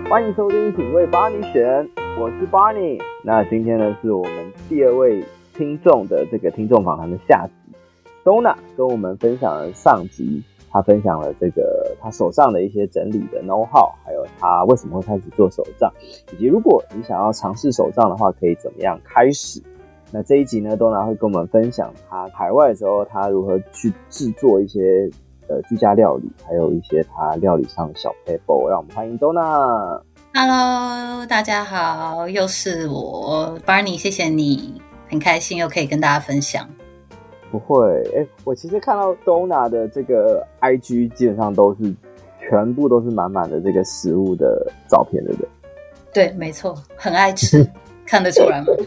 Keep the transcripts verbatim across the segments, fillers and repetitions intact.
欢迎收听品味巴尼选，我是巴尼。那今天呢是我们第二位听众的这个听众访谈的下集 ，Donna 跟我们分享了上集，他分享了这个他手上的一些整理的 know how， 还有他为什么会开始做手账，以及如果你想要尝试手账的话，可以怎么样开始。那这一集呢 ，Donna 会跟我们分享他海外的时候，他如何去制作一些呃居家料理，还有一些他料理上的小 paper。让我们欢迎 Donna。Hello， 大家好，又是我 Barney， 谢谢你，很开心又可以跟大家分享。 不会，哎、欸，我其实看到 Donna 的这个 I G 基本上都是全部都是满满的这个食物的照片，对不对？ 对，没错，很爱吃。看得出来吗？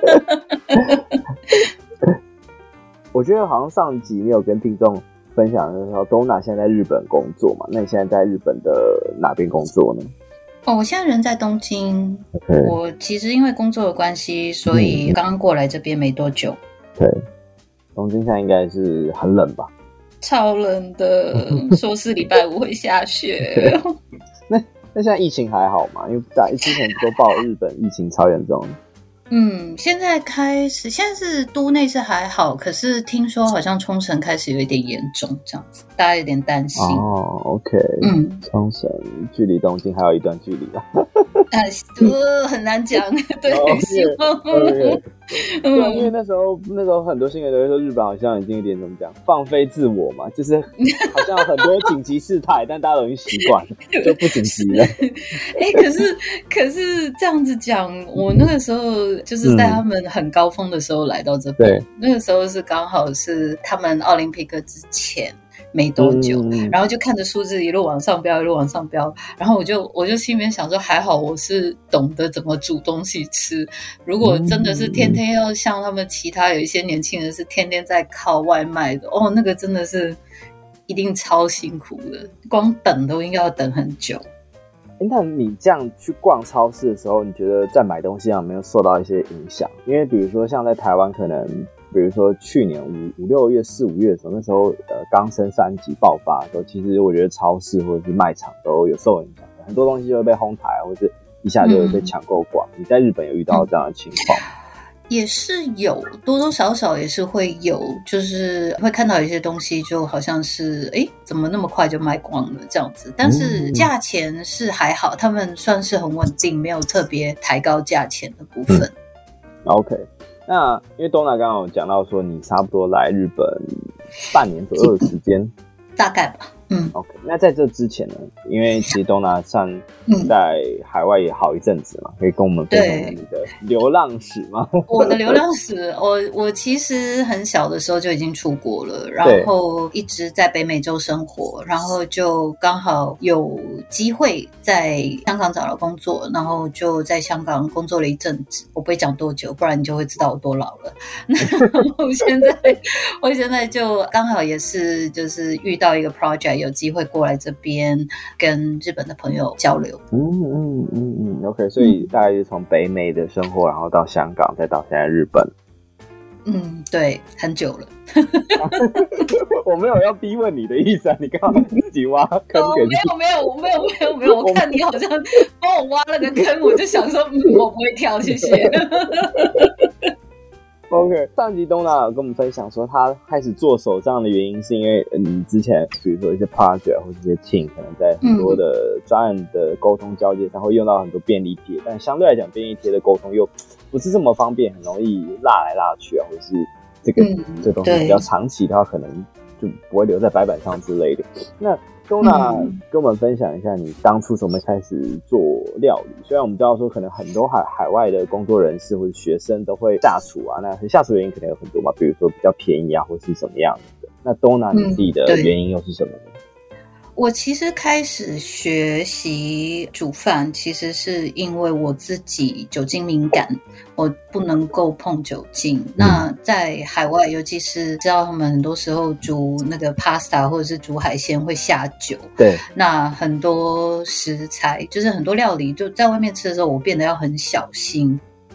我觉得好像上集你有跟听众分享的时候 Donna 现在在日本工作嘛，那你现在在日本的哪边工作呢？ 哦，我现在人在东京。 Okay. 我其实因为工作的关系，所以刚刚过来这边没多久。 对，东京现在应该是很冷吧？ 超冷的，说是礼拜五会下雪。 那那现在疫情还好吗？因为在之前都报日本疫情超严重。 嗯，现在开始，现在是都内是还好，可是听说好像冲绳开始有一点严重，这样子，大家有点担心。 哦 ，OK， 嗯， 冲绳距离东京还有一段距离吧？ 啊，呃，很难讲，对，希望。 对，因为那时候那时候很多新闻都会说日本好像已经有点怎么讲放飞自我嘛，就是好像很多紧急事态，但大家都已经习惯了，就不紧急了。 哎、欸，可是可是这样子讲，我那个时候就是在他们很高峰的时候来到这边， 对、嗯， 那个时候是刚好是他们奥林匹克之前。没多久、嗯，然后就看着数字一路往上飙，一路往上飙，然后我就我就心里面想说，还好我是懂得怎么煮东西吃。如果真的是天天要像他们其他有一些年轻人是天天在靠外卖的，哦，那个真的是一定超辛苦的，光等都应该要等很久。 那你这样去逛超市的时候，你觉得在买东西上有没有受到一些影响？因为比如说像在台湾可能。比如说去年五五六月、四五月的时候，那时候呃刚升三级爆发的时候，其实我觉得超市或者是卖场都有受影响，很多东西就会被哄抬，或者是一下就会被抢购光、嗯。你在日本有遇到这样的情况？ 也是有，多多少少也是会有，就是会看到一些东西，就好像是哎，怎么那么快就卖光了这样子？但是价钱是还好，他们算是很稳定，没有特别抬高价钱的部分。嗯、 OK。那因为 Donna 刚刚有讲到说你差不多来日本半年左右的时间， 大概吧。嗯 ，OK。那在这之前呢，因为其实 Donna 算在海外也好一阵子嘛、嗯，可以跟我们分享你的流浪史吗？ 我的流浪史，我我其实很小的时候就已经出国了，然后一直在北美洲生活，然后就刚好有机会在香港找了工作，然后就在香港工作了一阵子。我不会讲多久，不然你就会知道我多老了。我现在我现在就刚好也是就是遇到一个 project。有机会过来这边跟日本的朋友交流。 嗯嗯嗯嗯 ，OK， 所以大概是从北美的生活，然后到香港，再到现在日本。 嗯，对，很久了。 我没有要逼问你的意思啊，你刚刚自己挖坑给自己、 哦。没有没有，我没有没有没有，我看你好像帮我挖了个坑，我就想说，嗯，我不会跳，谢谢。 OK， 上集 Donna 有跟我们分享说，他开始做手账的原因是因为你之前比如说一些 project 或者一些 team 可能在很多的专案的沟通交接上会用到很多便利贴，但相对来讲便利贴的沟通又不是这么方便，很容易拉来拉去啊，或者是这个、嗯、这东西比较长期的话可能就不会留在白板上之类的。那Donna、嗯、跟我们分享一下你当初怎么开始做料理。虽然我们知道说可能很多海海外的工作人士或者学生都会下厨啊，那下厨原因可能有很多嘛，比如说比较便宜啊，或是什么样的。那 Donna 你自己的原因又是什么呢？ 嗯，我其实开始学习煮饭，其实是因为我自己酒精敏感，我不能够碰酒精。嗯、那在海外，尤其是知道他们很多时候煮那个 pasta 或者是煮海鲜会下酒， 对， 那很多食材就是很多料理就在外面吃的时候，我变得要很小心。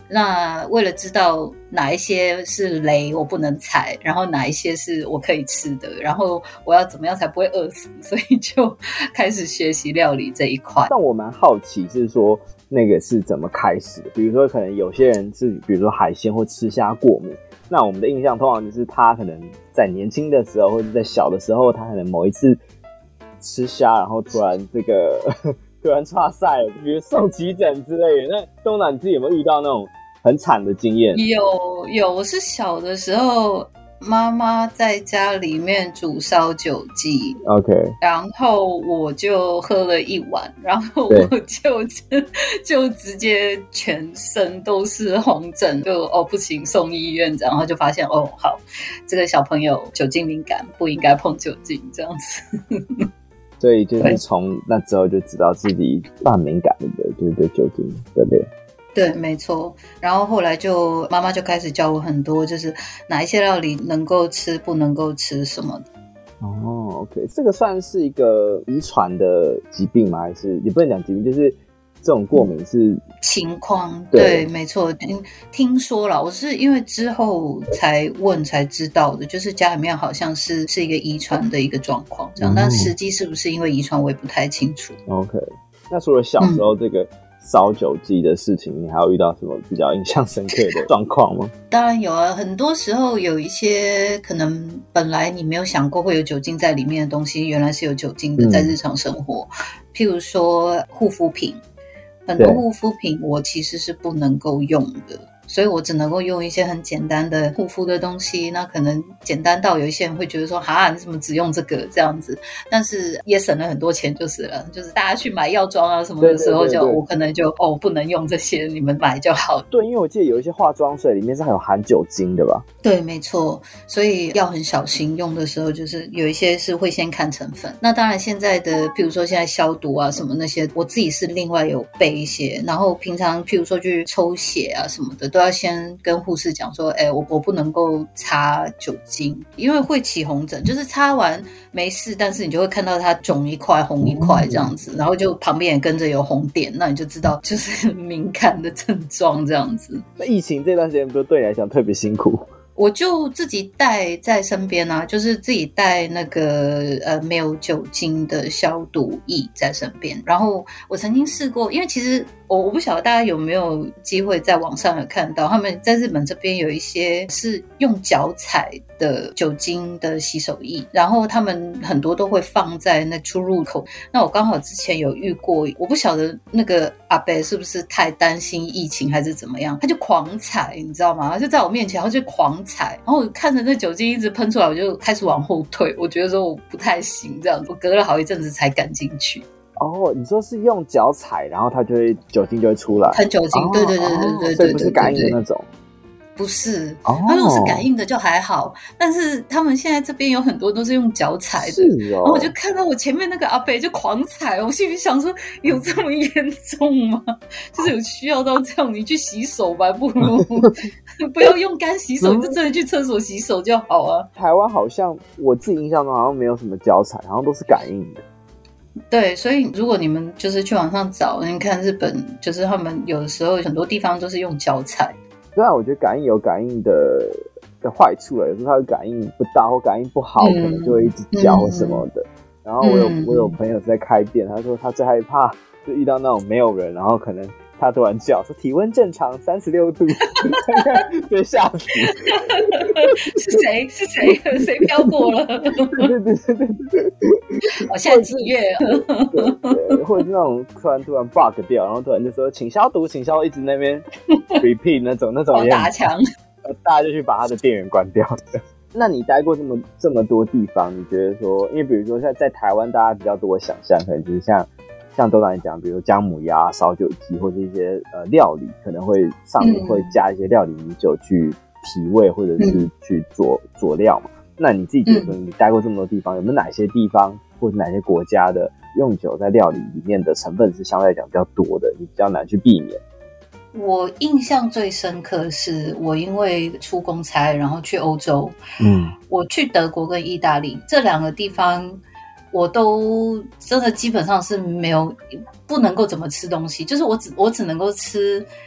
那为了知道哪一些是雷我不能踩，然后哪一些是我可以吃的，然后我要怎么样才不会饿死，所以就开始学习料理这一块。 但我蛮好奇是说那个是怎么开始的，比如说可能有些人是比如说海鲜或吃虾过敏，那我们的印象通常就是他可能在年轻的时候或者在小的时候，他可能某一次吃虾然后突然这个突然剉赛，比如送急诊之类的。那东南你自己有没有遇到那种很惨的经验？ 有有，我是小的时候妈妈在家里面煮烧酒鸡 ，OK， 然后我就喝了一碗，然后我就就直接全身都是红疹，就哦不行，送医院，然后就发现哦好，这个小朋友酒精敏感，不应该碰酒精这样子。 所以就是从那之后就知道自己蛮敏感的，就是对酒精的量。 对，没错。然后后来就妈妈就开始教我很多，就是哪一些料理能够吃，不能够吃什么的。 哦 ，OK， 这个算是一个遗传的疾病吗？还是也不能讲疾病，就是这种过敏是情况？对，对没错。听听说了，我是因为之后才问才知道的，就是家里面好像是是一个遗传的一个状况，这样。嗯、但实际是不是因为遗传，我也不太清楚。 OK， 那除了小时候这个。嗯烧酒鸡的事情，你还有遇到什么比较印象深刻的状况吗？ 当然有啊，很多时候有一些可能本来你没有想过会有酒精在里面的东西，原来是有酒精的，在日常生活。嗯、譬如说护肤品，很多护肤品我其实是不能够用的。所以我只能够用一些很简单的护肤的东西，那可能简单到有一些人会觉得说哈你怎么只用这个这样子，但是也省了很多钱就是了，就是大家去买药妆啊什么的时候就，就我可能就哦不能用这些，你们买就好。 对，因为我记得有一些化妆水里面是还有含酒精的吧？ 对，没错，所以要很小心用的时候，就是有一些是会先看成分。那当然现在的譬如说现在消毒啊什么那些，我自己是另外有备一些，然后平常譬如说去抽血啊什么的都要先跟护士讲说，哎，我我不能够擦酒精，因为会起红疹，就是擦完没事，但是你就会看到它肿一块、红一块这样子，然后就旁边也跟着有红点，那你就知道就是敏感的症状这样子。 那疫情这段时间不是对你来讲特别辛苦？ 我就自己带在身边啊，就是自己带那个呃没有酒精的消毒液在身边。然后我曾经试过，因为其实我我不晓得大家有没有机会在网上有看到，他们在日本这边有一些是用脚踩的酒精的洗手液，然后他们很多都会放在那出入口。那我刚好之前有遇过，我不晓得那个阿伯是不是太担心疫情还是怎么样，他就狂踩，你知道吗？他就在我面前，他就狂踩，然后我看着那酒精一直喷出来，我就开始往后退，我觉得说我不太行这样子，我隔了好一阵子才敢进去。 哦，你说是用脚踩，然后它就会酒精就会出来， 喷酒精，哦、对对对对对对， 所以不是感应的那种。 不是，他如果是感应的就还好，但是他们现在这边有很多都是用脚踩的， 是哦、 然后我就看到我前面那个阿伯就狂踩，我心里想说有这么严重吗？就是有需要到这样，你去洗手吧，不如不要用干洗手，你就真的去厕所洗手就好啊。 台湾好像我自己印象中好像没有什么脚踩，好像都是感应的。 对，所以如果你们就是去网上找，你看日本就是他们有的时候很多地方都是用脚踩。 虽然我觉得感应有感应的的坏处了，有时候它的感应不大或感应不好，嗯、可能就会一直叫或什么的。嗯、然后我有、嗯、我有朋友在开店，他说他最害怕就遇到那种没有人，然后可能他突然叫说体温正常三十六度，被吓死。 是谁？是谁？谁飘过了？对对对对对。 哦，现在几月？ 对对，或者是那种突然突然 bug 掉，然后突然就说请消毒，请消毒，一直那边 repeat 那种那种也打墙， 大家就去把他的电源关掉。那你待过这么这么多地方，你觉得说，因为比如说在在台湾，大家比较多的想象，可能就是像像都来讲，比如说姜母鸭、烧酒鸡，或者一些呃料理，可能会上面会加一些料理米酒去提味，或者是去佐佐料嘛。那你自己觉得你待过这么多地方，有没有哪些地方或者哪些国家的用酒在料理里面的成分是相对来讲比较多的，你比较难去避免？ 我印象最深刻是我因为出公差，然后去欧洲， 嗯， 我去德国跟意大利这两个地方，我都真的基本上是没有不能够怎么吃东西，就是我只我只能够吃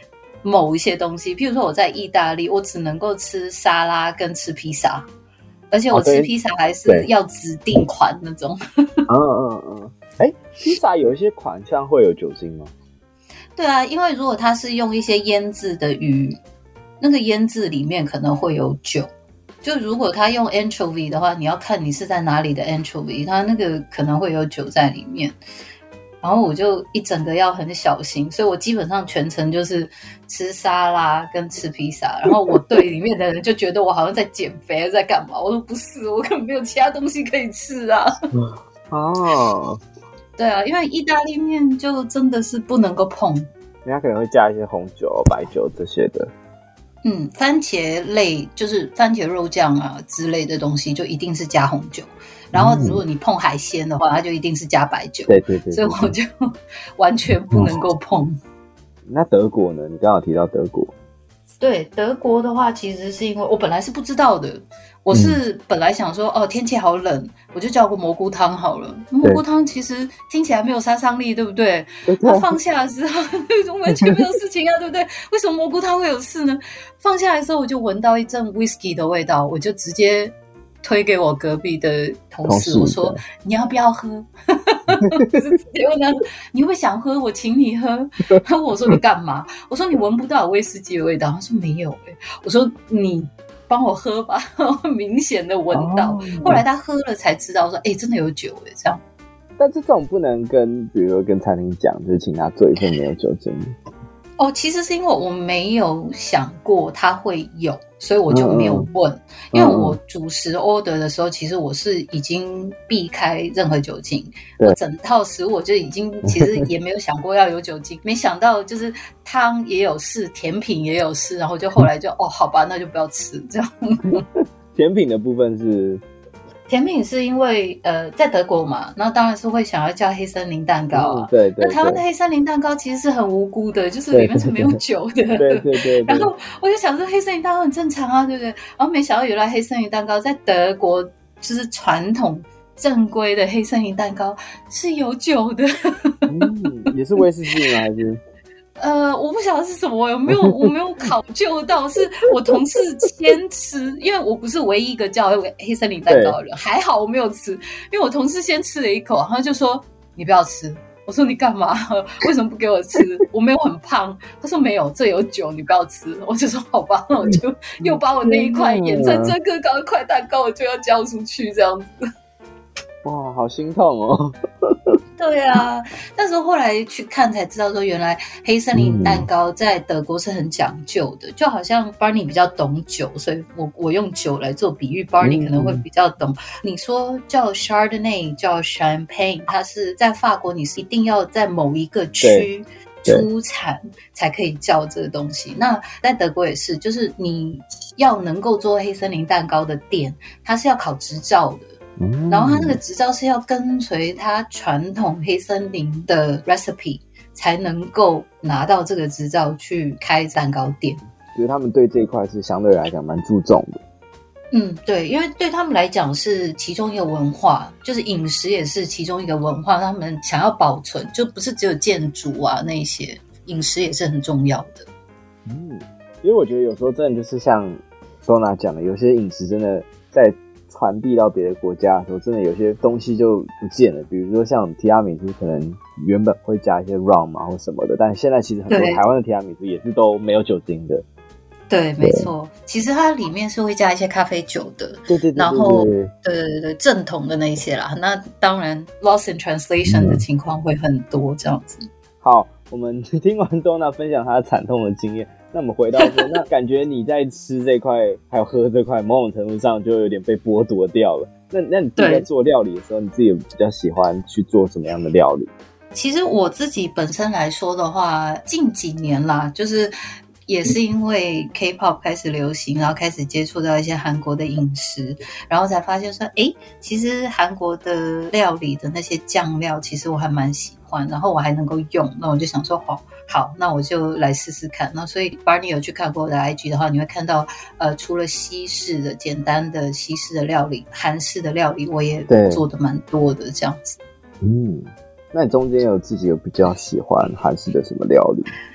某一些东西，譬如说我在意大利，我只能够吃沙拉跟吃披萨，而且我吃披萨还是要指定款那种。 嗯嗯嗯，哎，披萨有一些款项会有酒精吗？ 对啊，因为如果它是用一些腌制的鱼，那个腌制里面可能会有酒。就如果它用 anchovy 的话，你要看你是在哪里的 anchovy， 它那个可能会有酒在里面。然后我就一整个要很小心，所以我基本上全程就是吃沙拉跟吃披萨。然后我队里面的人就觉得我好像在减肥，在干嘛？我说不是，我根本没有其他东西可以吃啊。 哦， 对啊，因为意大利面就真的是不能够碰， 人家可能会加一些红酒、白酒这些的。 嗯，番茄类就是番茄肉酱啊之类的东西，就一定是加红酒。然后如果你碰海鲜的话，它就一定是加白酒。 对对 对, 对， 所以我就完全不能够碰。 那德国呢？你刚好提到德国。 对，德国的话，其实是因为我本来是不知道的，我是本来想说，嗯、哦，天气好冷，我就叫个蘑菇汤好了。蘑菇汤其实听起来没有杀伤力，对不对？它放下的时候完全没有事情啊，对不对？为什么蘑菇汤会有事呢？放下来的时候，我就闻到一阵 whisky 的味道，我就直接推给我隔壁的同事，同事我说你要不要喝？就是直接问他你会不会想喝，我请你喝。然后我说你干嘛？我说你闻不到威士忌的味道。他说没有、欸、我说你帮我喝吧。明显的闻到、哦、后来他喝了才知道说哎、欸，真的有酒哎、欸，这样。 但这种不能跟比如说跟餐厅讲，就是请他做一份没有酒精。 哦，其实是因为我没有想过它会有，所以我就没有问、嗯、因为我主食 order 的时候其实我是已经避开任何酒精，我整套食物我就已经其实也没有想过要有酒精。没想到就是汤也有事，甜品也有事，然后就后来就哦好吧，那就不要吃这样。 甜品的部分是甜品是因为呃在德国嘛，那当然是会想要叫黑森林蛋糕啊、嗯、 对 对, 对， 那台湾的黑森林蛋糕其实是很无辜的，就是里面是没有酒的。 对 对, 对, 对, 对， 然后我就想说黑森林蛋糕很正常啊，对不对？然后没想到原来黑森林蛋糕在德国就是传统正规的黑森林蛋糕是有酒的。 嗯，也是威士忌吗？还是呃，我不晓得是什么，我没有我没有考究到，是我同事先吃，因为我不是唯一一个叫黑森林蛋糕的人，还好我没有吃，因为我同事先吃了一口，然后就说你不要吃，我说你干嘛？为什么不给我吃？我没有很胖，他说没有，这有酒，你不要吃，我就说好吧，那我就又把我那一块眼睁睁更高一块蛋糕我就要交出去这样子。 哇，好心痛哦。 对啊，那时候后来去看才知道说原来黑森林蛋糕在德国是很讲究的、嗯、就好像 Barney 比较懂酒，所以我我用酒来做比喻， Barney 可能会比较懂、嗯、你说叫 Chardonnay 叫 Champagne， 它是在法国你是一定要在某一个区出产才可以叫这个东西，那在德国也是，就是你要能够做黑森林蛋糕的店它是要考执照的，然后他那个执照是要跟随他传统黑森林的 recipe 才能够拿到这个执照去开蛋糕店， 所以他们对这一块是相对来讲蛮注重的。 嗯，对，因为对他们来讲是其中一个文化，就是饮食也是其中一个文化，他们想要保存，就不是只有建筑啊那些，饮食也是很重要的。 嗯，因为我觉得有时候真的就是像 Donna 讲的，有些饮食真的在传递到别的国家的时候，真的有些东西就不见了。比如说像提拉米苏，可能原本会加一些 rum 啊或什么的，但现在其实很多台湾的提拉米苏也是都没有酒精的。 对，没错，其实它里面是会加一些咖啡酒的。 对对对对对， 然后对对对正统的那一些啦。那当然 lost in translation 的情况会很多这样子。嗯、 好，我们听完 Donna 分享她惨痛的经验。那我们回到说，那感觉你在吃这块还有喝这块，某种程度上就有点被剥夺掉了。那那你自己在做料理的时候，你自己有比较喜欢去做什么样的料理？ 其实我自己本身来说的话，近几年啦，就是也是因为 K-pop 开始流行，然后开始接触到一些韩国的饮食，然后才发现说，诶，其实韩国的料理的那些酱料，其实我还蛮喜欢，然后我还能够用，那我就想说，好。好，那我就来试试看。那所以 Barney 有去看过我的 I G 的话，你会看到，呃，除了西式的简单的西式的料理，韩式的料理我也做的蛮多的这样子。 嗯，那你中间有自己有比较喜欢韩式的什么料理？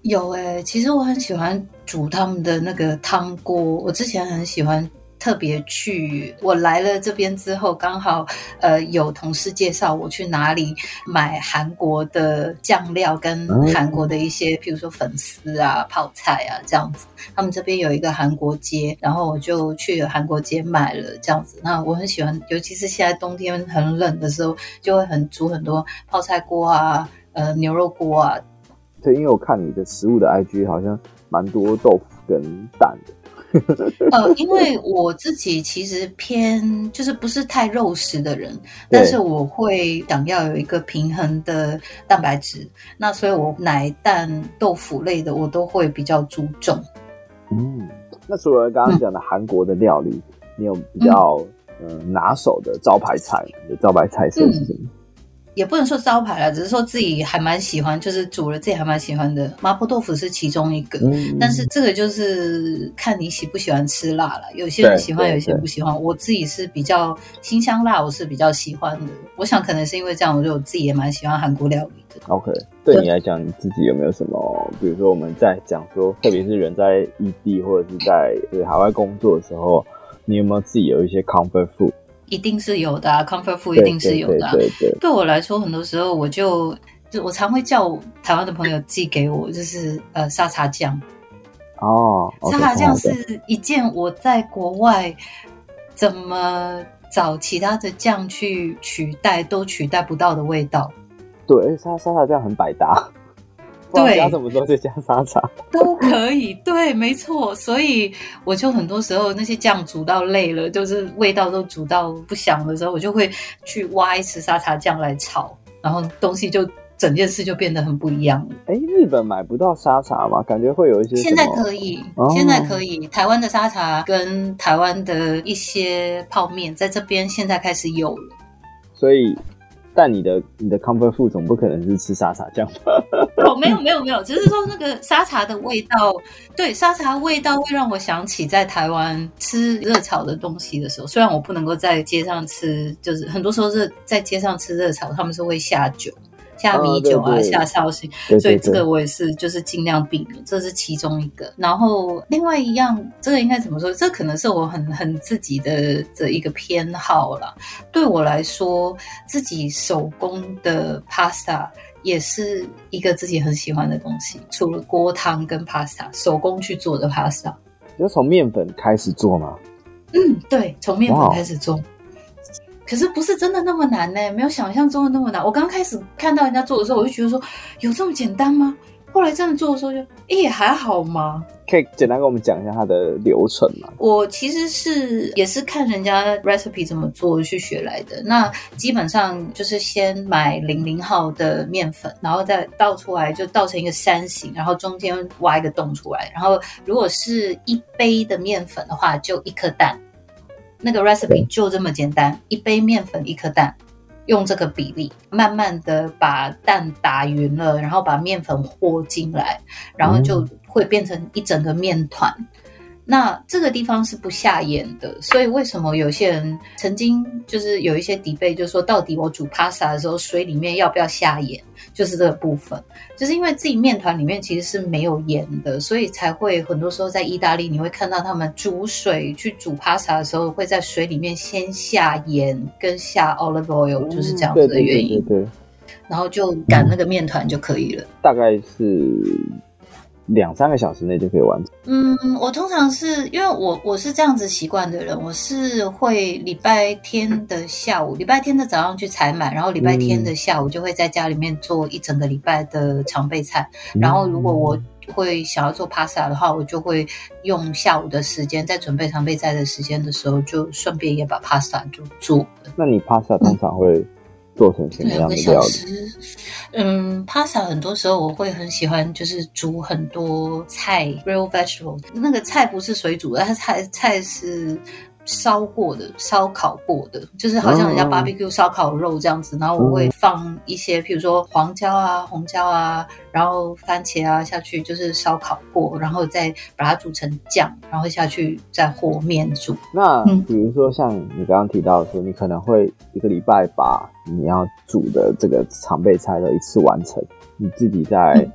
有诶、欸，其实我很喜欢煮他们的那个汤锅。我之前很喜欢特别去，我来了这边之后，刚好呃有同事介绍我去哪里买韩国的酱料跟韩国的一些，譬如说粉丝啊、泡菜啊这样子。他们这边有一个韩国街，然后我就去韩国街买了这样子。那我很喜欢，尤其是现在冬天很冷的时候，就会很煮很多泡菜锅啊、呃牛肉锅啊。 对，因为我看你的食物的 I G 好像蛮多豆腐跟蛋的。 呃，因为我自己其实偏就是不是太肉食的人，但是我会想要有一个平衡的蛋白质，那所以我奶蛋豆腐类的我都会比较注重。 嗯，那除了刚刚讲的韩国的料理，嗯、你有比较、嗯呃、拿手的招牌菜？你的招牌菜色是什么？嗯也不能说招牌啦，只是说自己还蛮喜欢，就是煮了自己还蛮喜欢的。麻婆豆腐是其中一个，嗯、但是这个就是看你喜不喜欢吃辣啦。有些人喜欢，有些人不喜欢。我自己是比较辛香辣，我是比较喜欢的。我想可能是因为这样，我觉得我自己也蛮喜欢韩国料理的。 OK， 对你来讲，你自己有没有什么？比如说我们在讲说，特别是人在异地或者是在海外工作的时候，你有没有自己有一些 comfort food？ 一定是有的啊 ，comfort food 一定是有的、啊。 对对对对， 对我来说，很多时候我就就我常会叫台湾的朋友寄给我，就是呃沙茶酱。 哦， 沙茶酱是一件我在国外怎么找其他的酱去取代都取代不到的味道。 对，沙沙茶酱很百搭。对，加什么都就加沙茶都可以，对，没错。所以我就很多时候那些酱煮到累了，就是味道都煮到不香的时候，我就会去挖一匙沙茶酱来炒，然后东西就整件事就变得很不一样了。 哎，日本买不到沙茶吗？感觉会有一些。 现在可以，哦、现在可以。台湾的沙茶跟台湾的一些泡面，在这边现在开始有了。 所以。但你的你的 comfort food 总不可能是吃沙茶酱吧？ 哦，没有没有没有，只是说那个沙茶的味道，对，沙茶味道会让我想起在台湾吃热炒的东西的时候。虽然我不能够在街上吃，就是很多时候是在街上吃热炒，他们是会下酒。下米酒啊，哦、对对下绍兴，所以这个我也是就是尽量避免，这是其中一个。然后另外一样，这个应该怎么说？这可能是我很很自己的的一个偏好啦。对我来说，自己手工的 pasta 也是一个自己很喜欢的东西。除了锅汤跟 pasta， 手工去做的 pasta， 就从面粉开始做吗？ 嗯，对，从面粉开始做。可是不是真的那么难呢、欸，没有想象中的那么难。我刚开始看到人家做的时候，我就觉得说有这么简单吗？后来真的做的时候就，哎、欸，还好吗？ 可以简单跟我们讲一下它的流程吗？ 我其实是也是看人家 recipe 怎么做去学来的。那基本上就是先买零零号的面粉，然后再倒出来，就倒成一个山形，然后中间挖一个洞出来。然后如果是一杯的面粉的话，就一颗蛋。那个 recipe 就这么简单，一杯面粉一颗蛋，用这个比例慢慢的把蛋打匀了，然后把面粉和进来，然后就会变成一整个面团。那这个地方是不下盐的，所以为什么有些人曾经就是有一些 debate 就是说到底我煮 pasta 的时候水里面要不要下盐，就是这个部分，就是因为自己面团里面其实是没有盐的，所以才会很多时候在意大利你会看到他们煮水去煮 pasta 的时候会在水里面先下盐跟下 olive oil， 就是这样子的原因、嗯、对对对对，然后就擀那个面团就可以了， 大概是两三个小时内就可以完成。 嗯，我通常是因为我我是这样子习惯的人，我是会礼拜天的下午，礼拜天的早上去采买，然后礼拜天的下午就会在家里面做一整个礼拜的常备菜。嗯、然后如果我会想要做 pasta 的话，我就会用下午的时间，在准备常备菜的时间的时候，就顺便也把 pasta 就做了。 那你 pasta 通常会、嗯做成什么样的料理？ 嗯 ，pasta 很多时候我会很喜欢，就是煮很多菜 ，real vegetable。那个菜不是水煮的，它菜菜是烧过的、烧烤过的，就是好像人家 barbecue 烧烤肉这样子。然后我会放一些，譬如说黄椒啊、红椒啊，然后番茄啊下去，就是烧烤过，然后再把它煮成酱，然后下去再和面煮。 那比如说像你刚刚提到说，你可能会一个礼拜把你要煮的这个常备菜都一次完成，你自己在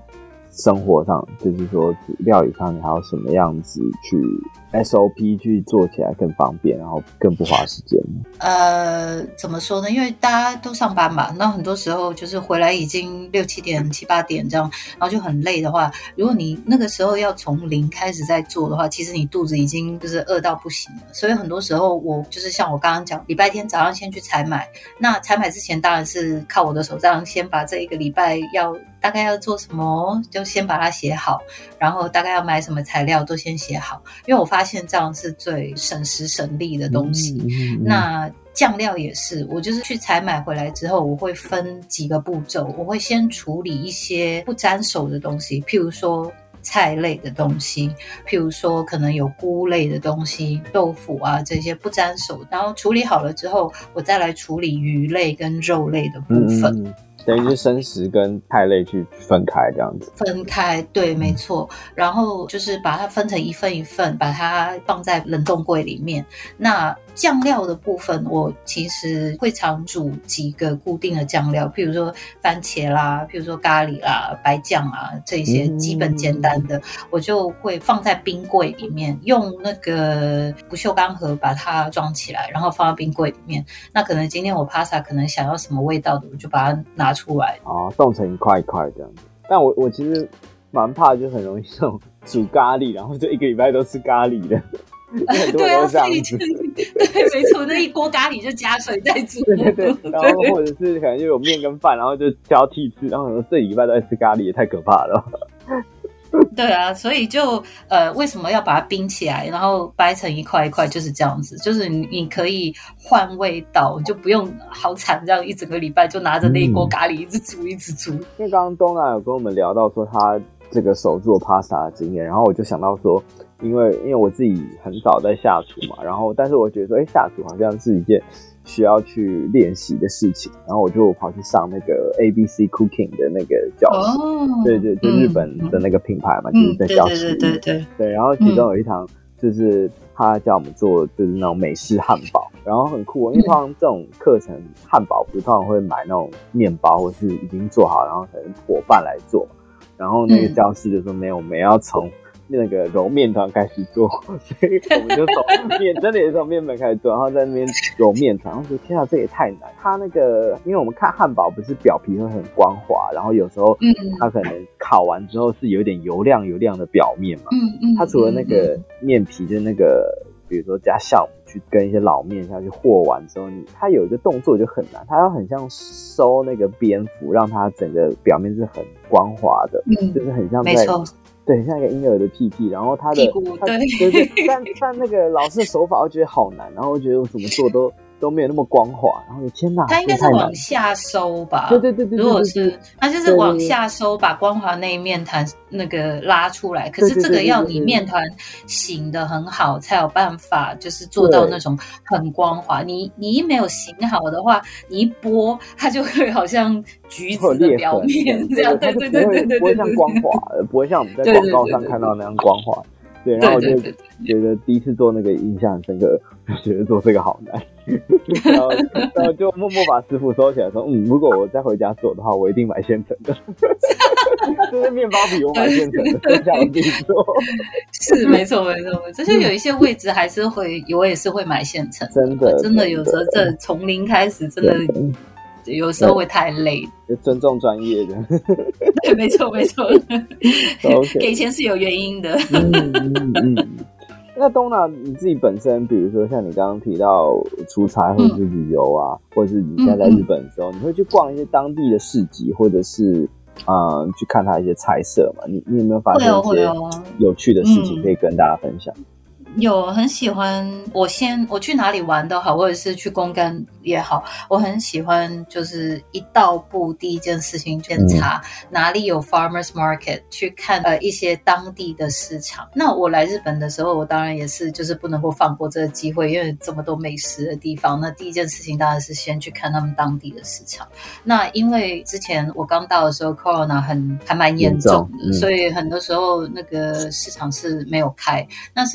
生活上，就是说料理上你还有什么样子去 S O P 去做起来更方便，然后更不花时间呢？ 呃，怎么说呢？因为大家都上班嘛，那很多时候就是回来已经六七点、七八点这样，然后就很累的话，如果你那个时候要从零开始在做的话，其实你肚子已经就是饿到不行了。所以很多时候我就是像我刚刚讲，礼拜天早上先去采买，那采买之前当然是靠我的手账，先把这一个礼拜要大概要做什么，就先把它写好，然后大概要买什么材料都先写好，因为我发现这样是最省时省力的东西。嗯嗯嗯，那酱料也是，我就是去采买回来之后，我会分几个步骤，我会先处理一些不沾手的东西，譬如说菜类的东西，譬如说可能有菇类的东西，豆腐啊这些不沾手，然后处理好了之后，我再来处理鱼类跟肉类的部分。嗯嗯嗯， 等于是生食跟菜类去分开这样子。 分开，对，没错。然后就是把它分成一份一份，把它放在冷冻柜里面。那酱料的部分，我其实会常煮几个固定的酱料，譬如说番茄啦，譬如说咖喱啦、白酱啊，这些基本简单的，嗯，我就会放在冰柜里面，用那个不锈钢盒把它装起来，然后放在冰柜里面。那可能今天我 pasta 可能想要什么味道的，我就把它拿出来， 哦，冻成一块一块这样子。但我我其实蛮怕，就很容易这种煮咖喱，然后就一个礼拜都吃咖喱的。 对啊，所以就对，没错，那一锅咖喱就加水再煮。 对对对，然后或者是可能就有面跟饭，然后就挑剔吃，然后说这礼拜都在吃咖喱，也太可怕了。 对啊，所以就呃，为什么要把它冰起来，然后掰成一块一块，就是这样子，就是你你可以换味道，就不用好惨这样一整个礼拜就拿着那一锅咖喱一直煮一直煮。 因为刚刚东娜有跟我们聊到说他这个手做 pasta 的经验，然后我就想到说，因为因为我自己很少在下厨嘛，然后但是我觉得说，哎，下厨好像是一件需要去练习的事情，然后我就跑去上那个 A B C Cooking 的那个教室，哦，对对，就日本的那个品牌嘛，嗯，就是在教室， 对对对对对， 对，然后其中有一堂就是他教我们做就是那种美式汉堡，然后很酷，因为通常这种课程汉堡不是通常会买那种面包或是已经做好，然后可能伙伴来做，然后那个教室就说没有，我们要从那个揉面团开始做，所以我们就从面真的也是从面粉开始做，然后在那边揉面团，然后说天啊，这也太难。它那个，因为我们看汉堡不是表皮会很光滑，然后有时候它可能烤完之后是有点油亮油亮的表面嘛。嗯嗯。它除了那个面皮，就是那个比如说加酵母去跟一些老面下去和完之后，你它有一个动作就很难，它要很像收那个蝙蝠，让它整个表面是很光滑的，嗯，就是很像在。没错，对，很像一个婴儿的屁屁，然后他的屁股， 对对对，但但那个老师的手法，我觉得好难，然后我觉得我怎么做都都没有那么光滑，然后天哪， 它应该是往下收吧？ 对对对对， 如果是它就是往下收，把光滑那一面团那个拉出来。可是这个要你面团醒得很好，才有办法就是做到那种很光滑。你你一没有醒好的话，你一剥它就会好像橘子的表面这样，对对对对对， 不会像光滑的，不会像我们在广告上看到那样光滑。对，然后我就觉得第一次做那个印象很深刻，就觉得做这个好难，然后然后就默默把师傅收起来说，嗯，如果我再回家做的话，我一定买现成的，就是面包皮我买现成的，剩下我自己做。 是没错没错，就是有一些位置还是会，我也是会买现成的， 真的真的有时候这从零开始真的。有时候会太累， 尊重专业的。 对，没错没错。给钱是有原因的。 嗯嗯嗯。那东娜你自己本身，比如说像你刚刚提到出差或者是旅游啊，嗯、或者是你现在在日本的时候，嗯、你会去逛一些当地的市集，或者是啊、呃、去看它一些菜色嘛？你你有没有发现一些有趣的事情可以跟大家分享？ 有，很喜欢。我先我去哪里玩都好，或者是去公干也好，我很喜欢就是一到步第一件事情先查哪里有 farmers market， 去看呃一些当地的市场。那我来日本的时候，我当然也是就是不能够放过这个机会，因为这么多美食的地方，那第一件事情当然是先去看他们当地的市场。那因为之前我刚到的时候 corona 很还蛮严重的，嗯、所以很多时候那个市场是没有开。那是近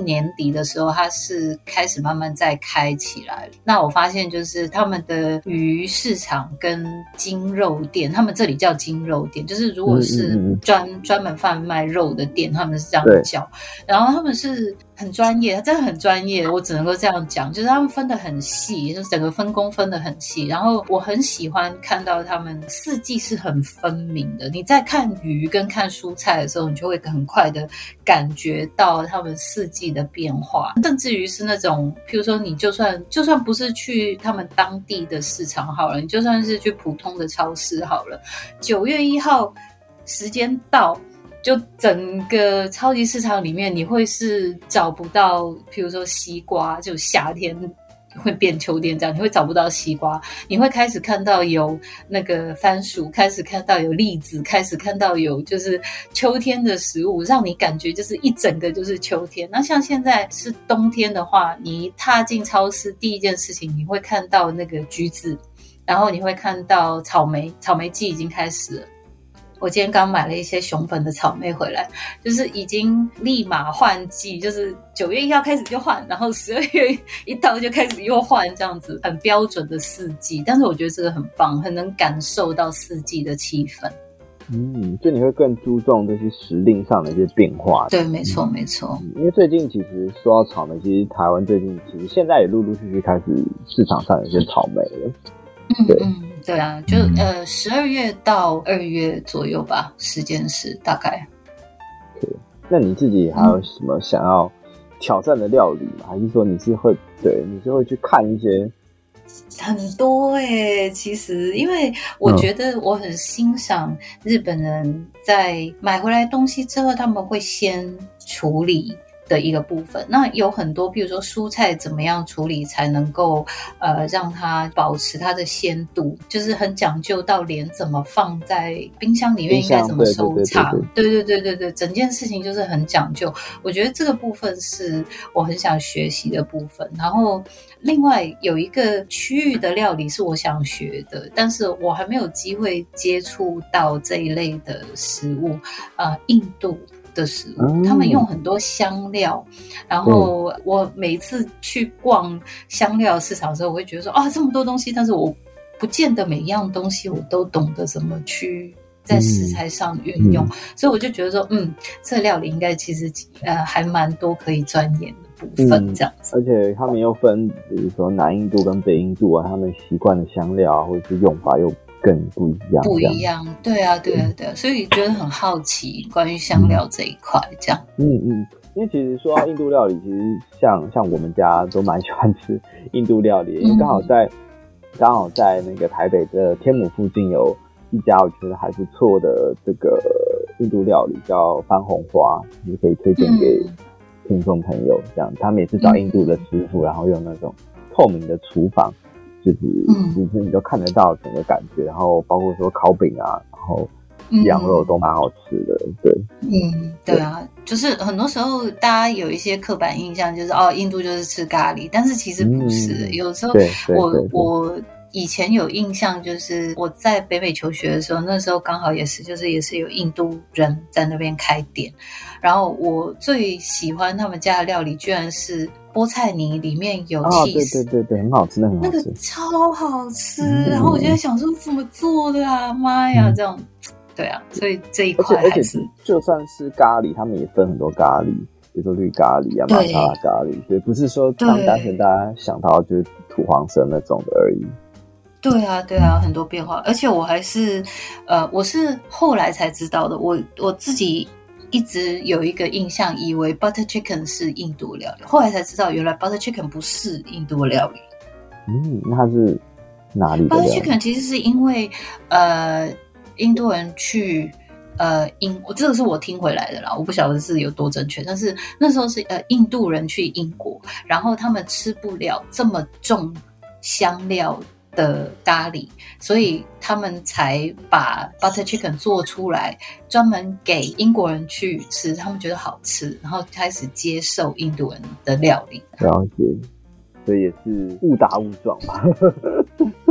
年底的时候，它是开始慢慢再开起来了。那我发现就是他们的鱼市场跟精肉店，他们这里叫精肉店，就是如果是专、嗯嗯、专门贩卖肉的店，他们是这样叫。然后他们是很专业，真的很专业，我只能够这样讲，就是他们分得很细，就是整个分工分得很细。然后我很喜欢看到他们四季是很分明的。你在看鱼跟看蔬菜的时候，你就会很快的感觉到他们四季的变化，甚至于是那种，譬如说你就算就算不是去他们当地的市场好了，你就算是去普通的超市好了，九月一号时间到，就整个超级市场里面你会是找不到，譬如说西瓜，就夏天会变秋天这样，你会找不到西瓜，你会开始看到有那个番薯，开始看到有栗子，开始看到有就是秋天的食物，让你感觉就是一整个就是秋天。那像现在是冬天的话，你一踏进超市第一件事情你会看到那个橘子，然后你会看到草莓，草莓季已经开始了。我今天刚买了一些熊粉的草莓回来，就是已经立马换季，就是九月一号开始就换，然后十二月一到就开始又换，这样子很标准的四季。但是我觉得这个很棒，很能感受到四季的气氛。 嗯，就你会更注重这些时令上的一些变化。 对，没错没错、 嗯。因为最近其实说到草莓，其实台湾最近其实现在也陆陆续续开始市场上有些草莓了。 嗯嗯，对啊，就呃十二月到二月左右吧，时间是大概。 对，那你自己还有什么想要挑战的料理吗？还是说你是会对你是会去看一些？ 很多耶、欸、其实因为我觉得我很欣赏日本人在买回来东西之后，他们会先处理的一个部分。那有很多比如说蔬菜怎么样处理才能够呃让它保持它的鲜度，就是很讲究到连怎么放在冰箱里面应该怎么收藏，对对对对对，整件事情就是很讲究。我觉得这个部分是我很想学习的部分。然后另外有一个区域的料理是我想学的，但是我还没有机会接触到这一类的食物，呃印度的食物，他们用很多香料，然后我每次去逛香料市场的时候，我会觉得说啊，这么多东西，但是我不见得每一样东西我都懂得怎么去在食材上运用、嗯嗯、所以我就觉得说嗯，这料理应该其实呃还蛮多可以钻研的部分这样子、 嗯、而且他们又分比如说南印度跟北印度啊，他们习惯的香料啊或者是用法又更不一样， 不一样，对啊，对啊，对啊，所以觉得很好奇关于香料这一块，这样。 嗯嗯，因为其实说到印度料理，其实像像我们家都蛮喜欢吃印度料理，因为刚好在刚、嗯、好在那个台北的天母附近有一家我觉得还不错的这个印度料理，叫番红花，也可以推荐给听众朋友。这样，他们也是找印度的师傅，嗯、然后用那种透明的厨房。就是其实你都看得到整个感觉，然后包括说烤饼啊，然后羊肉都蛮好吃的，对， 嗯，对啊，就是很多时候大家有一些刻板印象，就是哦，印度就是吃咖喱，但是其实不是，嗯、有时候我我以前有印象，就是我在北美求学的时候，那时候刚好也是，就是也是有印度人在那边开店，然后我最喜欢他们家的料理，居然是菠菜泥里面有 cheese、 哦、对对对对，很好吃，那很好吃， 那个超好吃、嗯、然后我就在想说怎么做的啊，妈呀、嗯、这样，对啊，所以这一块还是就算是咖喱他们也分很多咖喱，比如说绿咖喱啊、玛莎拉咖喱，所以不是说单单纯大家想到就是土黄色那种的而已。 对啊对啊，很多变化，而且我还是呃我是后来才知道的，我我自己一直有一个印象，以为 butter chicken 是印度料理，后来才知道原来 butter chicken 不是印度料理。 嗯，那它是哪里的料理？ butter chicken 其实是因为呃印度人去呃英，我这个是我听回来的啦，我不晓得是有多正确，但是那时候是呃印度人去英国，然后他们吃不了这么重香料的咖喱，所以他们才把 butter chicken 做出来，专门给英国人去吃，他们觉得好吃，然后开始接受印度人的料理。 了解，所以也是误打误撞吧。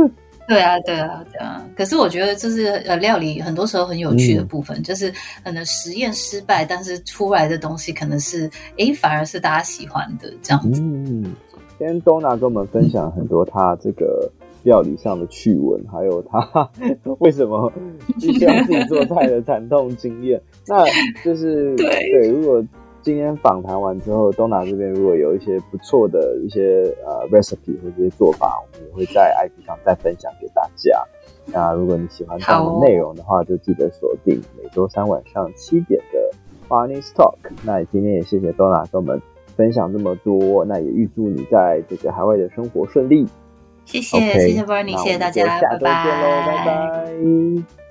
对啊，对啊，对啊。可是我觉得就是呃，料理很多时候很有趣的部分，嗯、就是可能实验失败，但是出来的东西可能是哎，反而是大家喜欢的这样子。 嗯，今天 Donna 跟我们分享很多他这个料理上的趣闻，还有他为什么希望自己做菜的惨痛经验。那就是对对，如果今天访谈完之后 Donna 这边如果有一些不错的一些呃 recipe 或者一些做法，我们也会在 I G 上再分享给大家。那如果你喜欢这样的内容的话，就记得锁定每周三晚上七点的 Barney's Talk。那今天也谢谢 Donna 跟我们分享这么多，那也预祝你在这个海外的生活顺利。 谢谢， okay, 谢谢 Barney， 谢谢大家， 下周见喽，拜拜。